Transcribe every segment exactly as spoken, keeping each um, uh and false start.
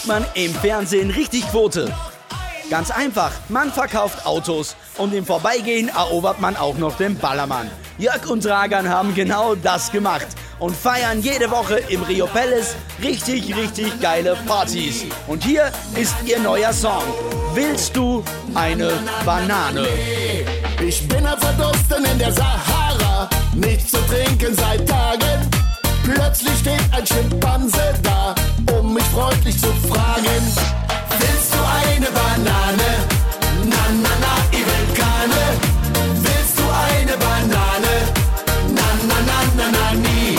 macht man im Fernsehen richtig Quote? Ganz einfach, man verkauft Autos und im Vorbeigehen erobert man auch noch den Ballermann. Jörg und Dragan haben genau das gemacht und feiern jede Woche im Rio Palace richtig, richtig geile Partys. Und hier ist ihr neuer Song. Willst du eine Banane? Ich bin am Verdursten in der Sahara, nichts zu trinken seit Tagen. Plötzlich steht ein Schimpanse da, um mich freundlich zu fragen. Willst du eine Banane? Na, na, na, ich will keine. Willst du eine Banane? Na, na, na, na, na, nie.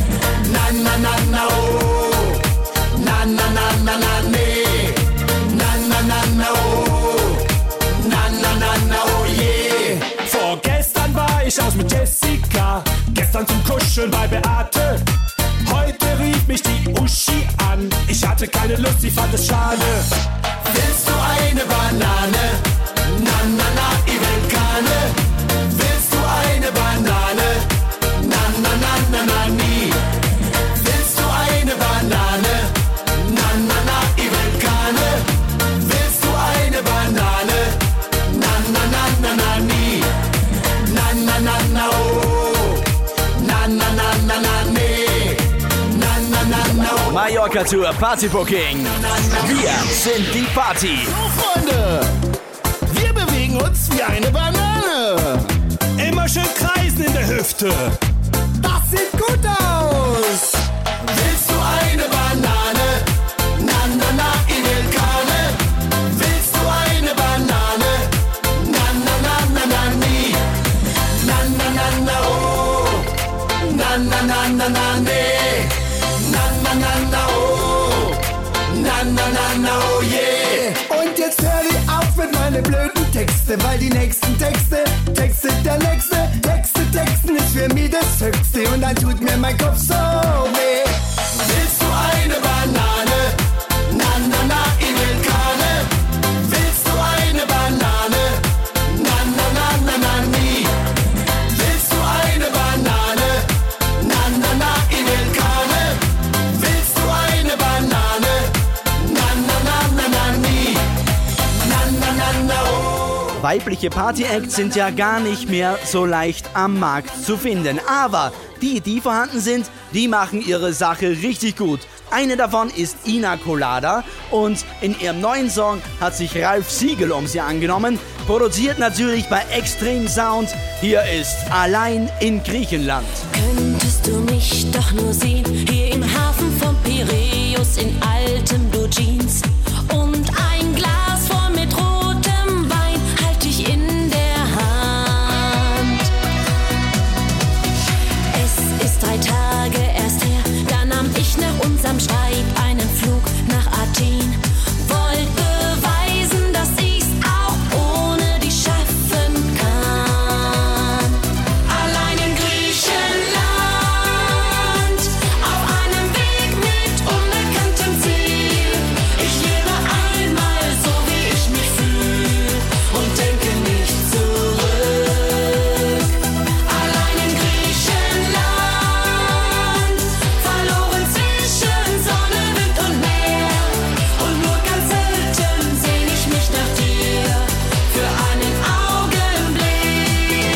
Na, na, na, na, oh. Na, na, na, na, na, nee. Na, na, na, na, oh. Na, na, na, na, oh, yeah. Vorgestern war ich aus mit Jessica, gestern zum Kuscheln bei Beate. Heute rief mich die Uschi an, ich hatte keine Lust, sie fand es schade. Willst du eine Banane? Na, na, na, ich will keine. Willst du eine Banane? Na, na, na, na, na, nie. Willst du eine Banane? Na, na, na, ich will keine. Willst du eine Banane? Na, na, na, na, na, nie. Na, na, na, na, oh. Na, na, na, na, na, nee. Na, na, na, na, oh. Mallorca Tour Party Booking. Wir sind die Party. So, Freunde, wir bewegen uns wie eine Banane. Immer schön kreisen in der Hüfte. Das sieht gut aus. Willst du eine Banane? Na, na, na, ich will keine. Willst du eine Banane? Na, na, na, na, na, nie. Na, na, na, na, oh. Na, na, na, na, na, nee. Na, na, na, na, oh. Na, na, na, na, oh, yeah. Und jetzt hör ich auf mit meinen blöden Texte, weil die nächsten Texte, Texte der nächste, Texte, Texten ist für mich das Höchste und dann tut mir mein Kopf so weh. Willst du eine Banane? Na, na, na, ich will keine. Willst du eine Banane? Na, na, na, na, na, nie. Willst du eine Banane? Na, na, na, ich will keine. Willst du eine Banane? Na, na, na, na, na, nie. Na, na, na, na, oh. Weibliche Party-Acts sind ja gar nicht mehr so leicht am Markt zu finden. Aber die, die vorhanden sind, die machen ihre Sache richtig gut. Eine davon ist Ina Colada und in ihrem neuen Song hat sich Ralf Siegel um sie angenommen. Produziert natürlich bei Extrem Sound. Hier ist Allein in Griechenland. Könntest du mich doch nur sehen, hier im Hafen von Piräus in altem Blue Jeans und ein Glas voll mit rotem Wein halt ich in der Hand. Es ist drei Tage erst her, da nahm ich nach unserem Streit einen Flug nach Athen. Wollt beweisen, dass ich's auch ohne dich schaffen kann. Allein in Griechenland, auf einem Weg mit unbekanntem Ziel. Ich lebe einmal so, wie ich mich fühl und denke nicht zurück. Allein in Griechenland, verloren zwischen Sonne, Wind und Meer. Und nur ganz selten sehn ich mich nach dir für einen Augenblick.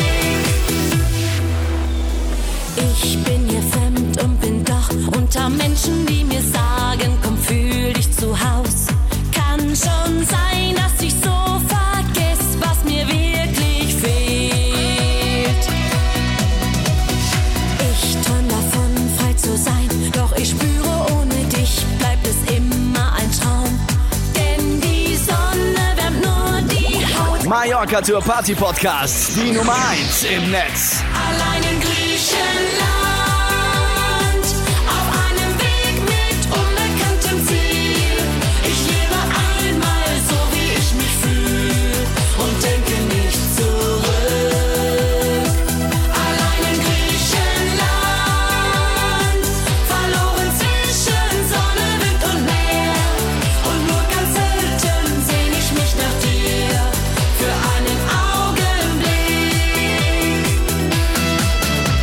Ich bin hier fremd und bin doch unter Menschen, die mir sagen, komm, fühl dich zu Haus. Kann schon sein, dass ich so vergess, was mir wirklich fehlt. Ich träum davon, frei zu sein, doch ich spüre, ohne dich bleibt es immer ein Traum. Denn die Sonne wärmt nur die Haut. Mallorca Tour Party Podcast, die Nummer eins im Netz. Allein in Griechenland, auf einem Weg mit unbekanntem Ziel. Ich lebe einmal so, wie ich mich fühl und denke nicht zurück. Allein in Griechenland, verloren zwischen Sonne, Wind und Meer. Und nur ganz selten sehn ich mich nach dir für einen Augenblick.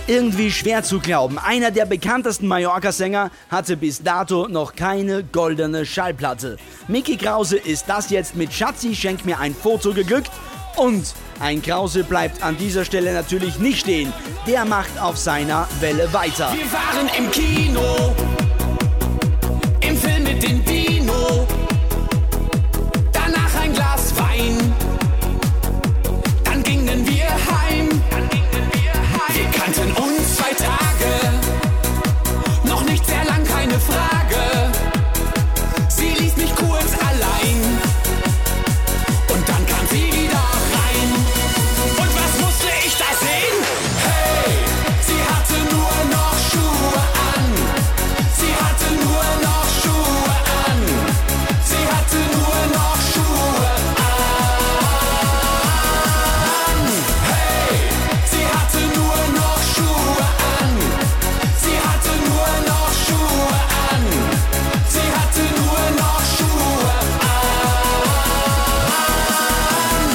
Irgendwie schwer zu glauben. Einer der bekanntesten Mallorca-Sänger hatte bis dato noch keine goldene Schallplatte. Mickey Krause ist das jetzt mit Schatzi, schenk mir ein Foto geglückt. Und ein Krause bleibt an dieser Stelle natürlich nicht stehen. Der macht auf seiner Welle weiter. Wir waren im Kino, im Film mit dem Dino. Danach ein Glas Wein, dann gingen wir heim. Wir kannten uns zwei Tage, noch nicht sehr lang, keine Frage. Sie ließ mich kurz allein und dann kam sie wieder rein. Und was musste ich da sehen? Hey, sie hatte nur noch Schuhe an. Sie hatte nur noch Schuhe an. Sie hatte nur noch Schuhe an. Hey, sie hatte nur noch Schuhe an. Sie hatte nur noch Schuhe an. Sie hatte nur noch Schuhe an.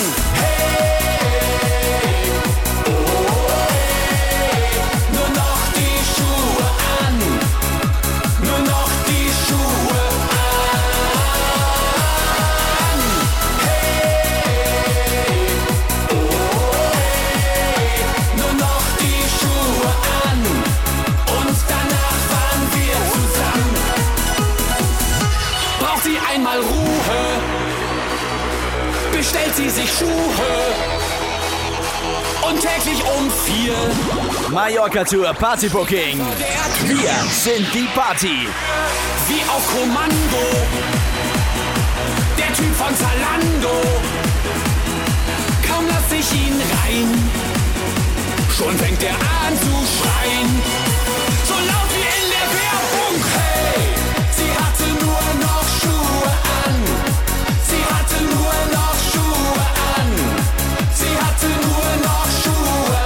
Hey, oh, hey, nur noch die Schuhe an. Nur noch die Schuhe an. Hey, oh, hey, nur noch die Schuhe an. Und danach waren wir zusammen. Braucht sie einmal Ruhe, bestellt sie sich Schuhe. Und täglich um vier Mallorca Tour Party Booking. der Tür. Wir sind die Party. Wie auf Kommando, der Typ von Zalando. Kaum lass ich ihn rein, schon fängt er an zu schreien. So laut wie in der Werbung. Hey, sie hatte nur noch Schuhe an. Sie hatte nur noch Schuhe an. Sie hatte nur noch Schuhe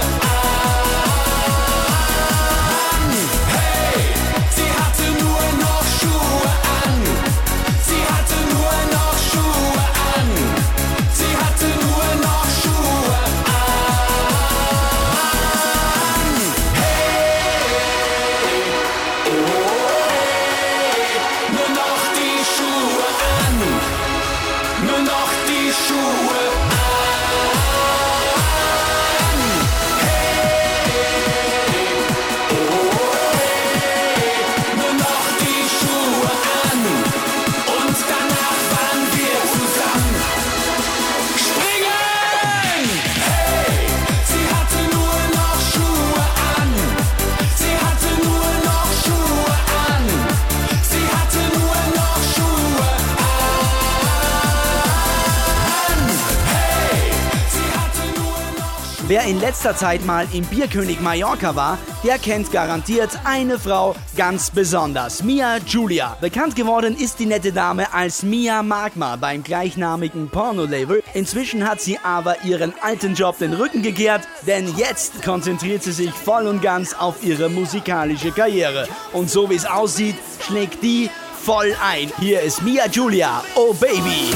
an. Hey, sie hatte nur noch Schuhe an. Sie hatte nur noch Schuhe an. Sie hatte nur noch Schuhe an. Hey, oh, hey, nur noch die Schuhe an. Nur noch die Schuhe an. Nur noch die Schuhe an. Und danach waren wir zusammen. Springen! Hey, sie hatte nur noch Schuhe an. Sie hatte nur noch Schuhe an. Sie hatte nur noch Schuhe an. Hey, sie hatte nur noch Schuhe. Wer in letzter Zeit mal im Bierkönig Mallorca war, der kennt garantiert eine Frau ganz besonders. Mia Julia. Bekannt geworden ist die nette Dame als Mia Magma beim gleichnamigen Porno-Label. Inzwischen hat sie aber ihren alten Job den Rücken gekehrt, denn jetzt konzentriert sie sich voll und ganz auf ihre musikalische Karriere. Und so wie es aussieht, schlägt die voll ein. Hier ist Mia Julia, Oh Baby.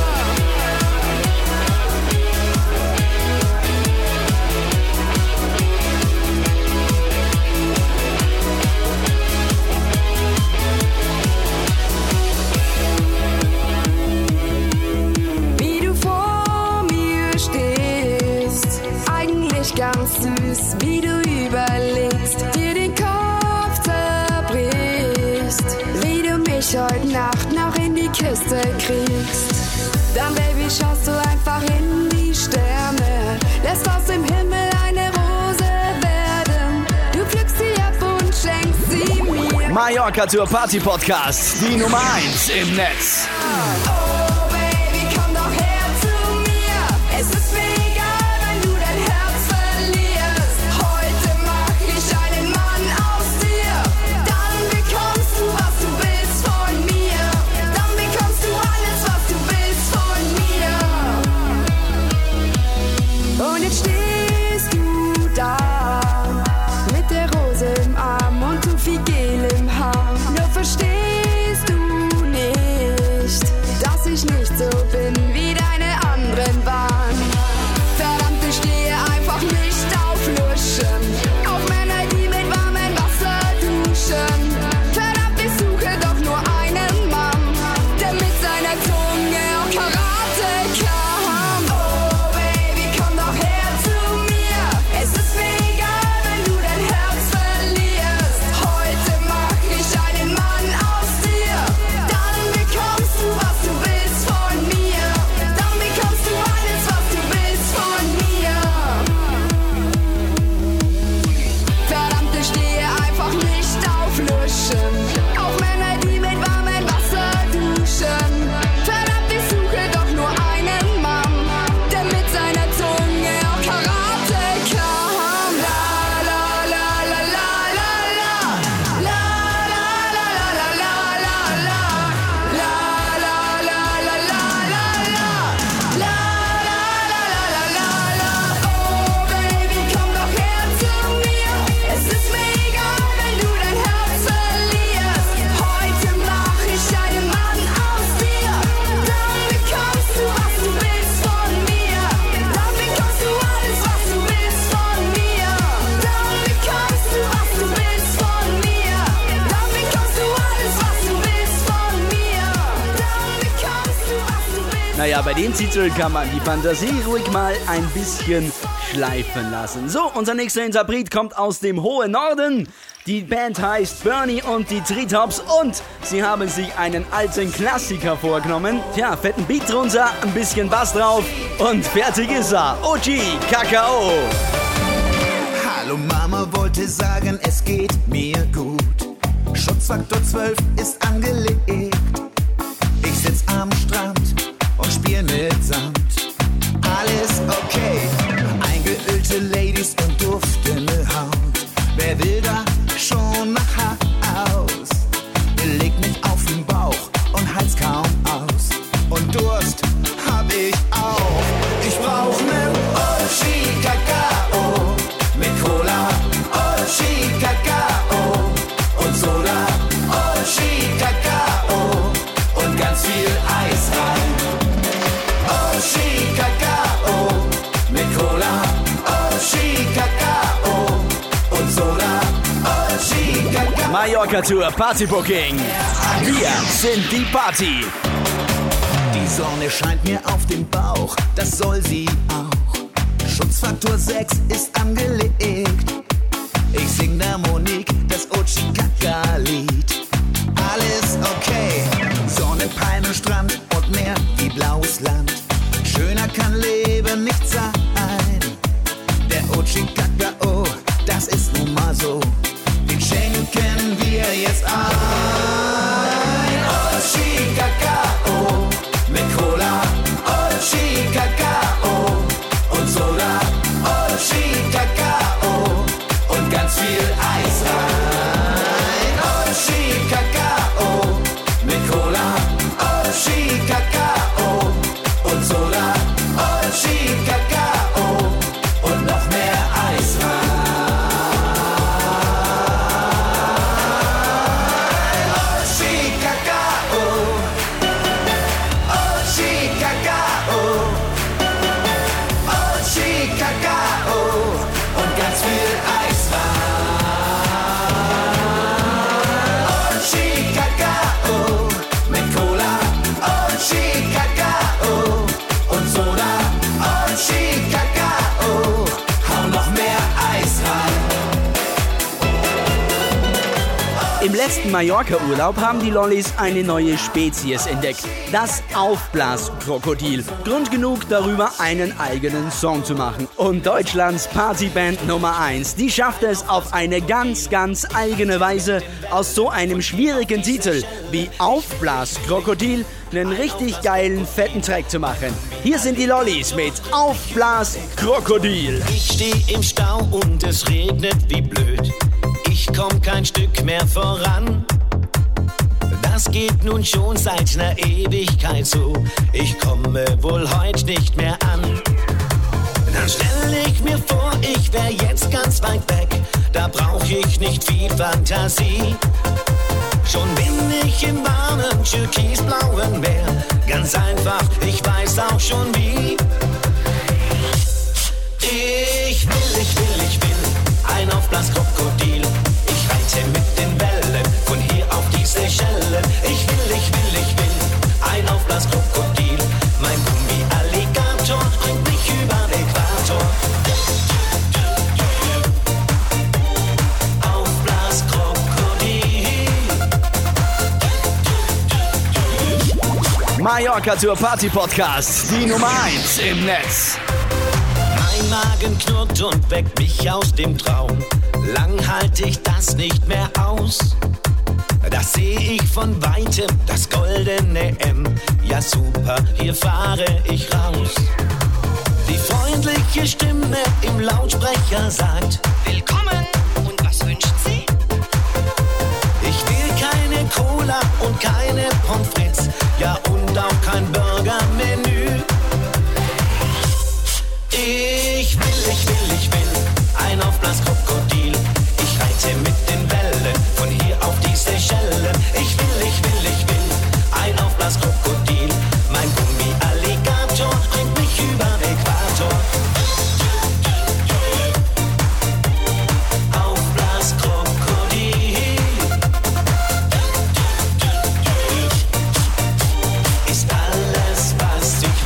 Wie du vor mir stehst, eigentlich ganz süß, wie du überlegst, dir den Kopf zerbrichst, wie du mich heute Nacht noch in die Kiste kriegst. Dann, Baby, schaust du einfach in die Sterne, lässt aus dem Himmel eine Rose werden, du pflückst sie ab und schenkst sie mir. Mallorca Tour Party Podcast, die Nummer eins im Netz. Oh Baby, komm doch her zu mir. Es ist mir egal, wenn du dein Herz verlierst. Heute mach ich einen Mann aus dir. Dann bekommst du, was du willst von mir. Dann bekommst du alles, was du willst von mir. Und jetzt stehst du da mit der Rose im Arm und zu viel Gel im Haar. Nur verstehst du nicht, dass ich Naja, bei dem Titel kann man die Fantasie ruhig mal ein bisschen schleifen lassen. So, unser nächster Interpret kommt aus dem hohen Norden. Die Band heißt Bernie und die Treetops und sie haben sich einen alten Klassiker vorgenommen. Tja, fetten Beat drunter, ein bisschen Bass drauf und fertig ist er. O G Kakao. Hallo Mama, wollte sagen, es geht mir gut. Schutzfaktor zwölf ist angelegt. Ich sitz am Strand und spiel mit Sand. Alles okay. Eingeölte Ladies und duftende Haut. Wer will da schon nach Haus? Leg mich auf den Bauch und halt's kaum aus. Und Durst hab ich auch. Ich brauch nen Ochi Kakao mit Cola. Ochi Kakao und Soda. Ochi Kakao und ganz viel Eis rein. Ochi Kakao mit Cola. Ochi Kakao und Soda. Ochi Kakao. Mallorca Tour Party Booking. Wir sind die Party. Die Sonne scheint mir auf den Bauch, das soll sie auch. Schutzfaktor sechs ist angelegt. Ich sing der Monique das Ochi Kaka-Lied. Alles okay. Sonne, Palmen, Strand und Meer wie blaues Land. Schöner kann Leben nicht sein. Der Ochi Kakao, das ist nun mal so. Den schenken wir jetzt ein. Ochi Kakao mit Cola. Ochi Kakao und Soda. Ochi Kakao und ganz viel Eis rein. Ochi Kakao mit Cola. Ochi Kakao und Soda. Ochi Kakao und noch mehr Eis rein. Ochi Kakao. Ochi Kakao. Ochi Kakao und ganz viel Eis rein. Ochi Kakao mit Cola. Ochi Kakao und Soda. Ochi Kakao, hau noch mehr Eis rein. Im letzten Mallorca-Urlaub haben die Lollis eine neue Spezies entdeckt. Das Aufblaskrokodil. Grund genug, darüber einen eigenen Song zu machen. Und Deutschlands Partyband Nummer eins, die schaffte es auf eine ganz, ganz eigene Weise, aus so einem schwierigen Titel wie Aufblaskrokodil einen richtig geilen, fetten Track zu machen. Hier sind die Lollis mit Aufblaskrokodil. Ich steh im Stau und es regnet wie blöd. Ich komm kein Stück mehr voran. Das geht nun schon seit ner Ewigkeit so. Ich komme wohl heute nicht mehr an. Dann stell ich mir vor, ich wär jetzt ganz weit weg. Da brauch ich nicht viel Fantasie. Schon bin ich im warmen, türkisblauen Meer. Ganz einfach, ich weiß auch schon wie. Ich will, ich will, ich will ein Aufblaskrokodil. Ich reite mit den Wellen von hier auf die Seychellen. Ich will, ich will, ich will ein Aufblaskrokodil. Mein Gummi-Alligator bringt mich über den Äquator. Mallorca Tour Party Podcast, die Nummer eins im Netz. Mein Magen knurrt und weckt mich aus dem Traum. Lang halte ich das nicht mehr aus. Das seh ich von weitem, das goldene M. Ja super, hier fahre ich raus. Die freundliche Stimme im Lautsprecher sagt: Willkommen, und was wünschen Sie? Ich will keine Cola und keine Pommes frites, ja und auch kein Burgermenü. Ich will, ich will, ich will ein Aufblaskrokodil. Ich reite mit den Wellen von hier auf die Seychellen. Ich will, ich will, ich will ein Aufblaskrokodil. Mein Gummi-Alligator bringt mich über den Äquator. Aufblaskrokodil ist alles, was ich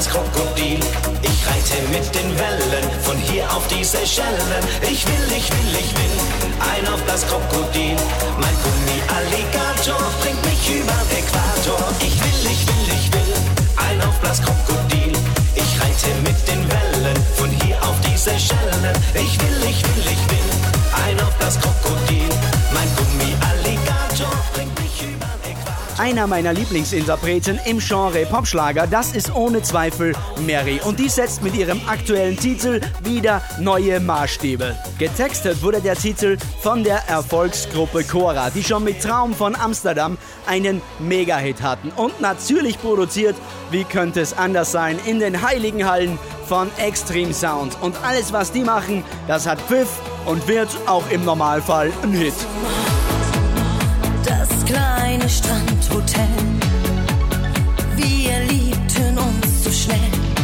Krokodil. Ich reite mit den Wellen von hier auf die Seychellen. Ich will, ich will, ich will ein auf das Krokodil. Mein Gummi-Alligator bringt mich über den Äquator. Ich will, ich will, ich will ein auf das Krokodil. Ich reite mit den Wellen von hier auf die Seychellen. Ich will, ich will, ich will ein auf das Krokodil. Mein Gummi-Alligator bringt mich über den Äquator. Einer meiner Lieblingsinterpreten im Genre Popschlager, das ist ohne Zweifel Mary. Und die setzt mit ihrem aktuellen Titel wieder neue Maßstäbe. Getextet wurde der Titel von der Erfolgsgruppe Cora, die schon mit Traum von Amsterdam einen Mega-Hit hatten. Und natürlich produziert, wie könnte es anders sein, in den heiligen Hallen von Extreme Sound. Und alles, was die machen, das hat Pfiff und wird auch im Normalfall ein Hit. Das kleine Strandhotel, wir liebten uns so schnell.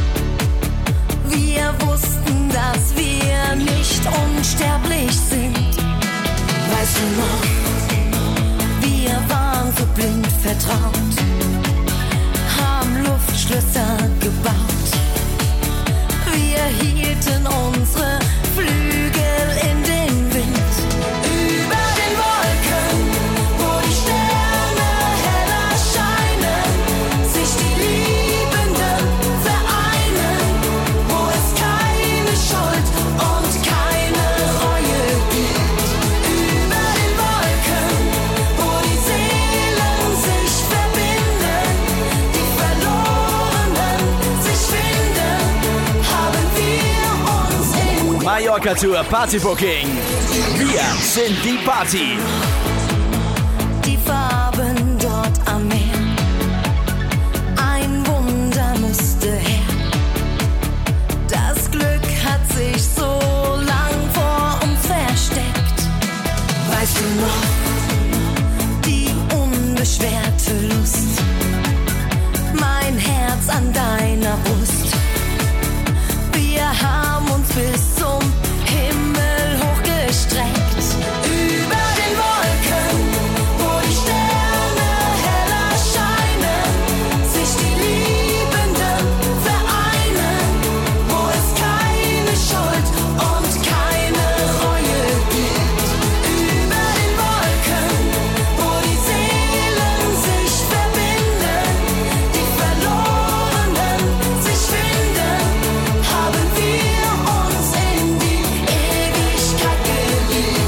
Wir wussten, dass wir nicht unsterblich sind. Weißt du noch, wir waren so blind vertraut, haben Luftschlösser gebaut. Wir hielten unsere Flügel in den Wind. Über den Wolken, wo die Sterne heller scheinen, sich die Liebenden vereinen, wo es keine Schuld und keine Reue gibt. Über den Wolken, wo die Seelen sich verbinden, die Verlorenen sich finden, haben wir uns in Mallorca Tour Party Booking. Wir sind die Party. die Farben dort am Meer. Ein Wunder musste her. Das Glück hat sich so lang vor uns versteckt. Weißt du noch, die unbeschwerte Lust, mein Herz an deiner Brust. Wir haben uns bis zum Himmel hochgestreckt. Über den Wolken, wo die Sterne heller scheinen, sich die Liebenden vereinen, wo es keine Schuld und keine Reue gibt. Über den Wolken, wo die Seelen sich verbinden, die Verlorenen sich finden, haben wir uns in die Ewigkeit geliebt.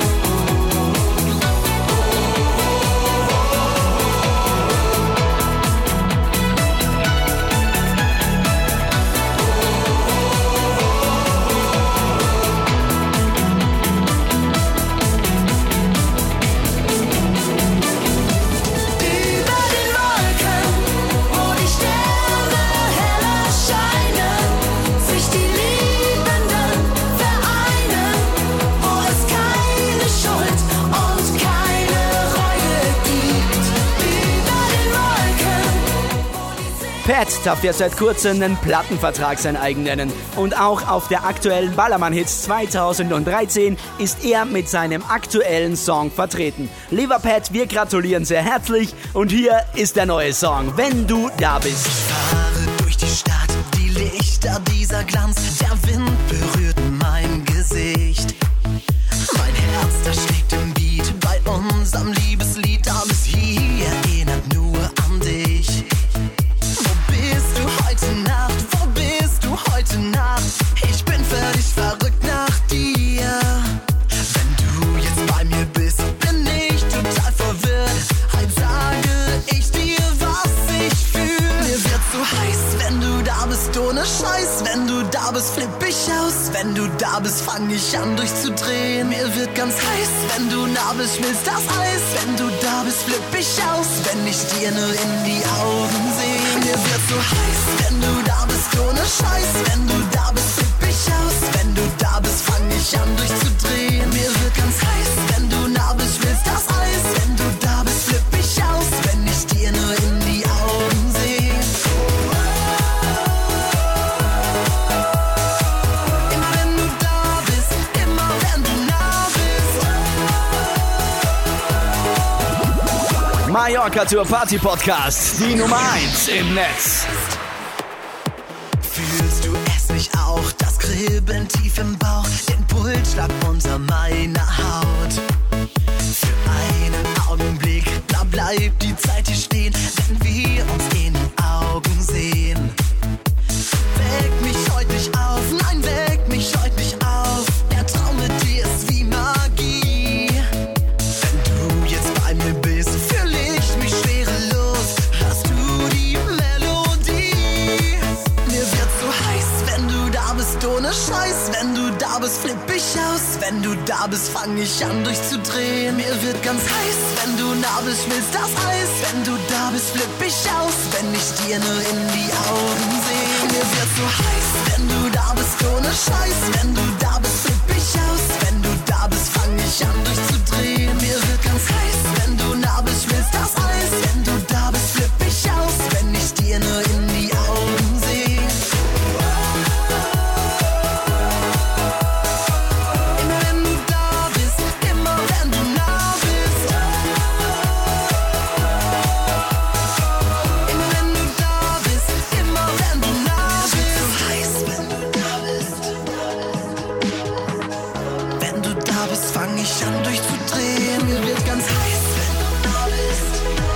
Über den Wolken, wo die Sterne heller scheinen, sich die Liebenden vereinen, wo es keine Schuld und keine Reue gibt. Über den Wolken, wo die Pat darf ja seit kurzem einen Plattenvertrag sein eigen nennen. Und auch auf der aktuellen Ballermann-Hits zweitausenddreizehn ist er mit seinem aktuellen Song vertreten. Lieber Pat, wir gratulieren sehr herzlich und hier ist der neue Song, Wenn du da bist. Fahre durch die Stadt, die Lichter, dieser Glanz, der Wind berührt mein Gesicht. Mein Herz, das schlägt im Beat bei unserem Liebeslied. Alles hier erinnert nur an dich. Wo bist du heute Nacht? Wo bist du heute Nacht? Ich bin völlig verrückt nach dir. Wenn du jetzt bei mir bist, bin ich total verwirrt. Halt sage ich dir, was ich fühle. Mir wird so heiß, wenn du da bist, ohne Scheiß. Wenn du da bist, flipp ich aus. Wenn du da bist, fang ich an durchzudrehen. Mir wird ganz heiß, wenn du nah bist, schmilzt das Eis. Wenn du da bist, flipp ich aus. Wenn ich dir nur in die Augen sehe. Mir wird so heiß, wenn du da bist, ohne Scheiß. Wenn du da bist, flipp ich aus. Wenn du da bist, fang ich an durchzudrehen. Mir wird ganz heiß, wenn du nah bist, schmilzt das Eis. Wenn du da bist, flipp ich aus. Wenn ich dir nur in die Augen sehe. Immer wenn du da bist, immer wenn du nah bist. Mallorca Tour Party Podcast, die Nummer eins im Netz. Kribbeln tief im Bauch, den Pulsschlag unter meiner Haut. Für einen Augenblick, da bleibt die Zeit hier stehen, wenn wir uns in den Augen sehen. Weck mich heute nicht auf, nein, weck mich heute nicht auf. Der Traum mit dir ist wie Magie. Wenn du jetzt bei mir bist, fühl ich mich schwerelos. Hörst du die Melodie? Mir wird so heiß, wenn du da bist, ohne Scheiß. Wenn du da bist, flipp ich aus. Wenn du da bist, fang ich an durchzudrehen. Mir wird ganz heiß, wenn du nah bist, schmilzt das Eis. Wenn du da bist, flipp ich aus. Wenn ich dir nur in die Augen sehe. Mir wird so heiß, wenn du da bist, ohne Scheiß. Wenn du da bist, flipp ich aus. Wenn du da bist, fang ich an durchzudrehen. Mir wird ganz heiß, wenn du nah bist, schmilzt das Eis. Wenn du da bist, flipp ich aus. Wenn ich dir nur in die Augen sehe. Immer wenn du da bist, immer wenn du nah bist. Immer wenn du da bist, immer wenn du nah bist. So heiß, wenn du da bist. Wenn du da bist, fang ich an durchzudrehen. Mir wird ganz heiß, wenn du da bist.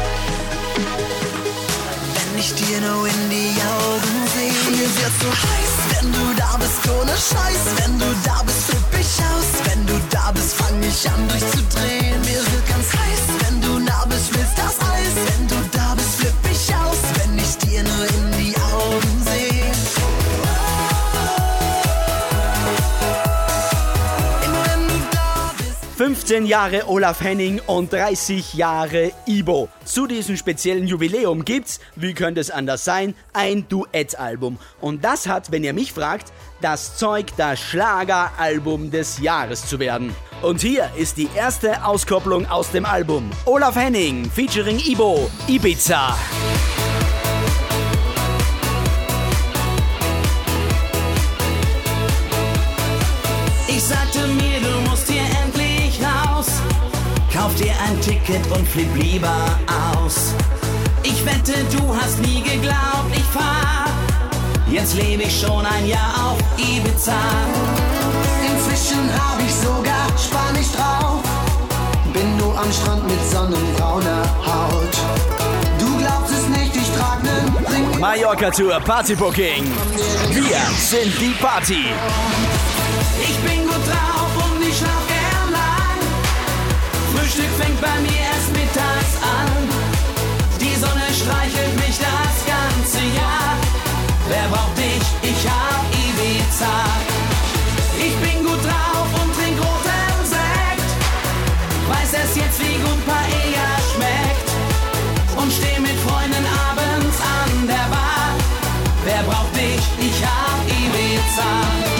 Wenn ich dir nur in die Augen sehe. Mir wird so heiß, wenn du da bist, ohne Scheiß. Wenn du da bist, flipp ich aus. Wenn du da bist, fang ich an durchzudrehen. Mir wird ganz heiß, wenn du nah bist, schmilzt das Eis. Wenn du da bist, flipp ich aus. Wenn ich dir nur in die Augen sehe. Immer wenn du da bist. fünfzehn Jahre Olaf Henning und dreißig Jahre Ibo. Zu diesem speziellen Jubiläum gibt's, wie könnte es anders sein, ein Duettalbum. Und das hat, wenn ihr mich fragt, das Zeug, das Schlageralbum des Jahres zu werden. Und hier ist die erste Auskopplung aus dem Album. Olaf Henning featuring Ibo, Ibiza. Ich sagte mir, du musst hier endlich raus. Kauf dir ein Ticket und flipp lieber aus. Ich wette, du hast nie geglaubt, ich fahr. Jetzt lebe ich schon ein Jahr auf Ibiza. Inzwischen hab ich sogar Spanisch drauf. Bin nur am Strand mit sonnenbrauner Haut. Du glaubst es nicht, ich trag nen Ring. Mallorca Tour Partybooking. Wir sind die Party. Ich bin gut drauf und ich schlaf gern lang. Frühstück fängt bei mir erst mittags an. Die Sonne streichelt mich das ganze Jahr. Wer braucht dich? Ich hab Ibiza. Ich bin gut drauf und trink roten Sekt. Weiß erst jetzt, wie gut Paella schmeckt. Und steh mit Freunden abends an der Bar. Wer braucht dich? Ich hab Ibiza.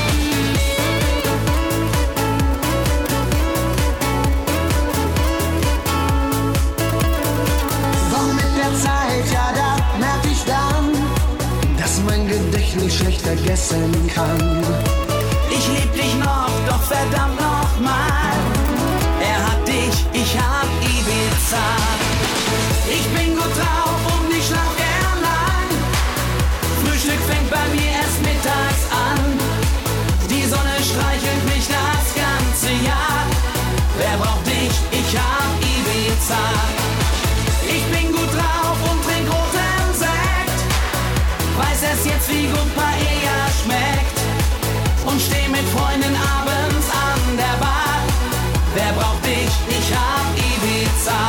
Zeit, ja, da merk ich dann, dass mein Gedächtnis schlecht vergessen kann. Ich lieb dich noch, doch verdammt noch mal. Er hat dich, ich hab Ibiza. Ich bin gut drauf und ich schlaf gern lang. Frühstück fängt bei mir erst mittags an. Die Sonne streichelt mich das ganze Jahr. Wer braucht dich? Ich hab Ibiza. Ich bin gut drauf und trink roten Sekt. Weiß erst jetzt, wie gut Paella schmeckt. Und steh mit Freunden abends an der Bar. Wer braucht dich? Ich hab Ibiza.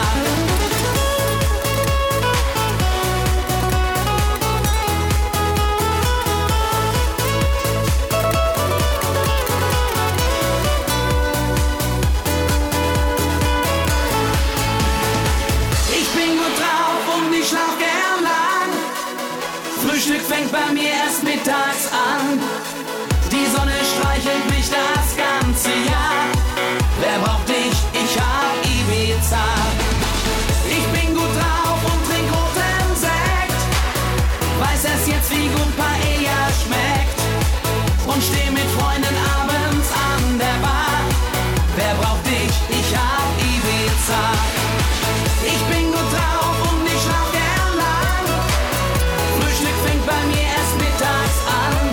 Frühstück fängt bei mir erst mittags an. Die Sonne streichelt mich das ganze Jahr. Wer braucht dich? Ich hab Ibiza. Ich bin gut drauf und trink roten Sekt. Weiß erst jetzt, wie gut Paella schmeckt. Und steh mit Freunden abends an der Bar. Wer braucht dich? Ich hab Ibiza. Ich bin gut drauf und ich schlaf gern lang. Frühstück fängt bei mir erst mittags an.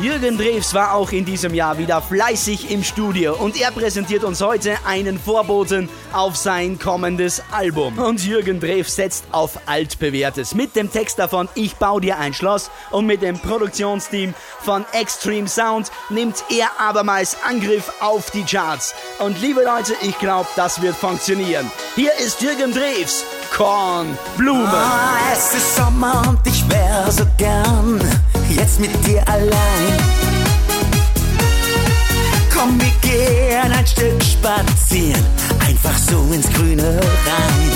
Jürgen Drews war auch in diesem Jahr wieder fleißig im Studio und er präsentiert uns heute einen Vorboten auf sein kommendes Album. Und Jürgen Drews setzt auf altbewährtes mit dem Text davon Ich bau dir ein Schloss und mit dem Produktionsteam von Extreme Sound nimmt er abermals Angriff auf die Charts. Und liebe Leute, ich glaube, das wird funktionieren. Hier ist Jürgen Drews, Kornblume. Oh, es ist Sommer und ich wär so gern jetzt mit dir allein. Komm, wir gehen ein Stück spazieren, einfach so ins Grüne rein.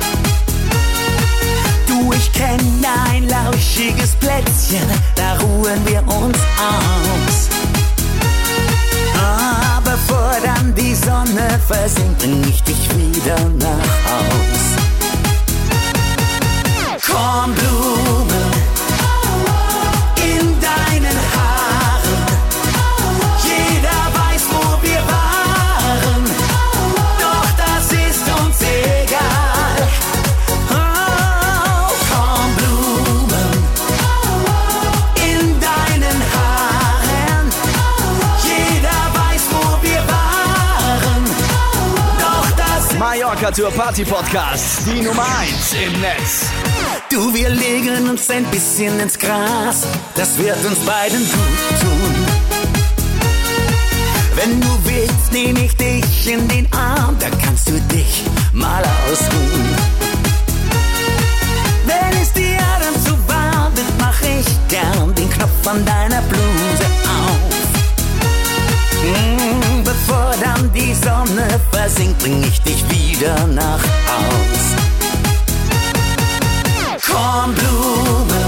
Du, ich kenn ein lauschiges Plätzchen, da ruhen wir uns aus. Ah, bevor dann die Sonne versinkt, bring ich dich wieder nach Haus. Kornblume in deinen Haaren. Jeder weiß, wo wir waren, doch das ist uns egal. Oh, Kornblumen in deinen Haaren. Jeder weiß, wo wir waren, doch das ist Mallorca Tour Party Podcast, die Nummer eins im Netz. Du, wir legen uns ein bisschen ins Gras, das wird uns beiden gut tun. Wenn du willst, nehm ich dich in den Arm, da kannst du dich mal ausruhen. Wenn es dir dann zu warm wird, mach ich gern den Knopf an deiner Bluse auf. Mm, bevor dann die Sonne versinkt, bring ich dich wieder nach Haus. Kornblume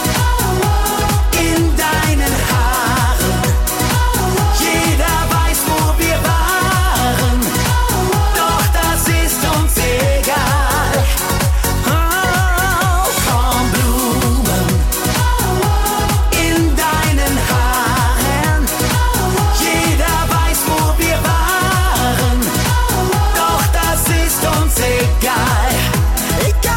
in deinen Haaren. Jeder weiß, wo wir waren, doch das ist uns egal. Oh, Kornblumen in deinen Haaren. Jeder weiß, wo wir waren, doch das ist uns egal. Egal.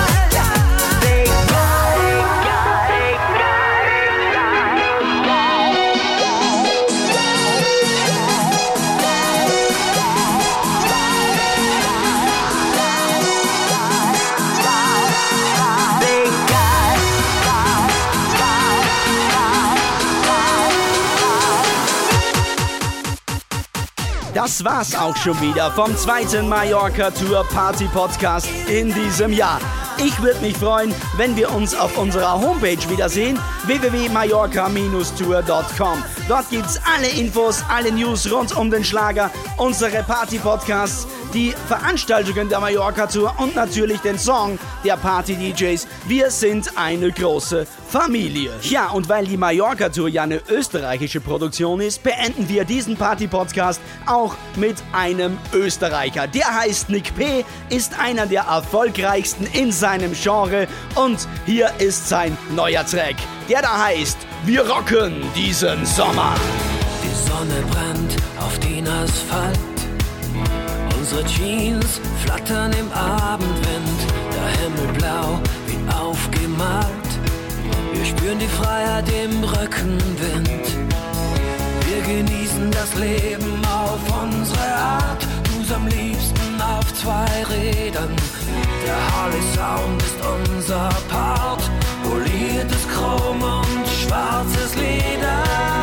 Das war's auch schon wieder vom zweiten Mallorca Tour Party Podcast in diesem Jahr. Ich würde mich freuen, wenn wir uns auf unserer Homepage wiedersehen, w w w punkt mallorca tour punkt com. Dort gibt's alle Infos, alle News rund um den Schlager, unsere Party-Podcasts, die Veranstaltungen der Mallorca Tour und natürlich den Song der Party-D Js. Wir sind eine große Familie. Ja, und weil die Mallorca Tour ja eine österreichische Produktion ist, beenden wir diesen Party-Podcast auch mit einem Österreicher. Der heißt Nick P., ist einer der erfolgreichsten in seinem Genre und hier ist sein neuer Track, der da heißt Wir rocken diesen Sommer. Die Sonne brennt auf den Asphalt, unsere Jeans flattern im Abendwind, der Himmel blau wie aufgemalt. Wir spüren die Freiheit im Rückenwind. Wir genießen das Leben auf unsere Art. Du's am liebsten auf zwei Rädern. Der Harley Sound ist unser Part. Poliertes Chrom und schwarzes Leder.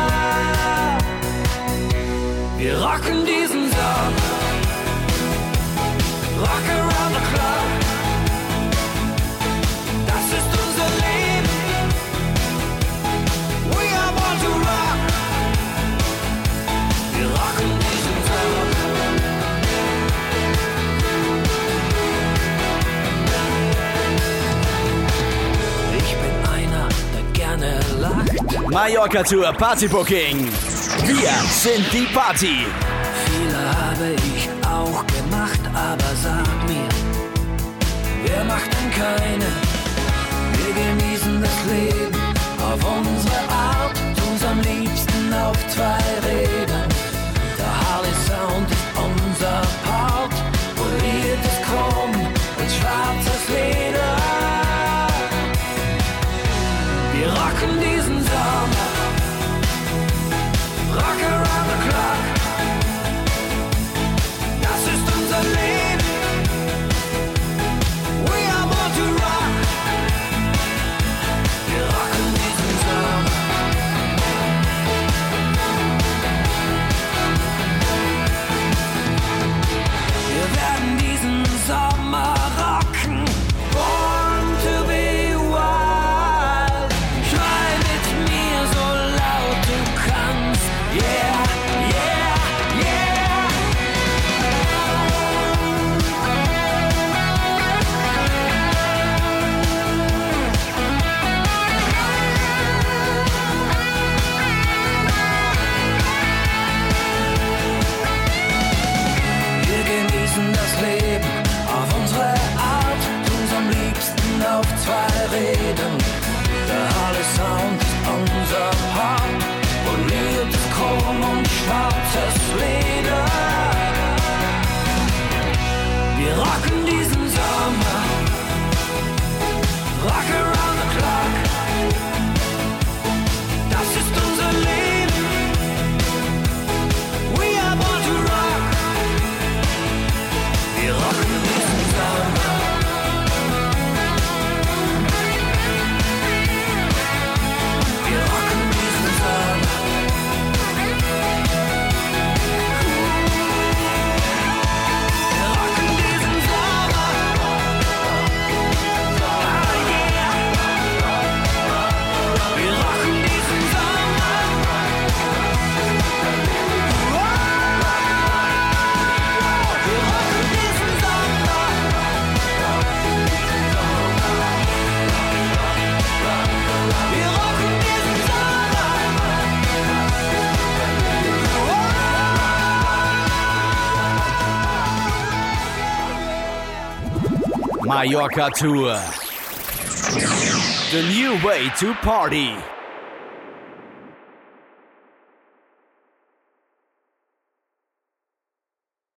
Wir rocken diesen Sommer. Rock around the clock. Das ist unser Leben. We are born to rock. Wir rocken diesen Sommer. Ich bin einer, der gerne lacht. Mallorca Tour Party Booking. Wir sind die Party. Viele habe ich auch gemacht, aber sag mir, wer macht denn keine? Wir genießen das Leben auf unsere Art, tun's am liebsten auf zwei Rädern. Der Harley Sound ist unser Part, poliertes Chrom und schwarzes Leder. Wir rocken diesen Sommer. genießen das Leben auf unsere Art, tun's am liebsten auf zwei Rädern. Der Harley Sound ist unser Part, poliertes Chrom und schwarzes Leder. Wir rocken diesen Sommer, rock around the clock. Das ist unser Leben, we are born to rock. Wir rocken diesen Sommer. Wir rocken diesen Sommer. Wir rocken diesen Sommer. Ah yeah. Wir rocken diesen Sommer. Wir rocken diesen Sommer. Wir rocken diesen Mallorca Tour. The new way to party.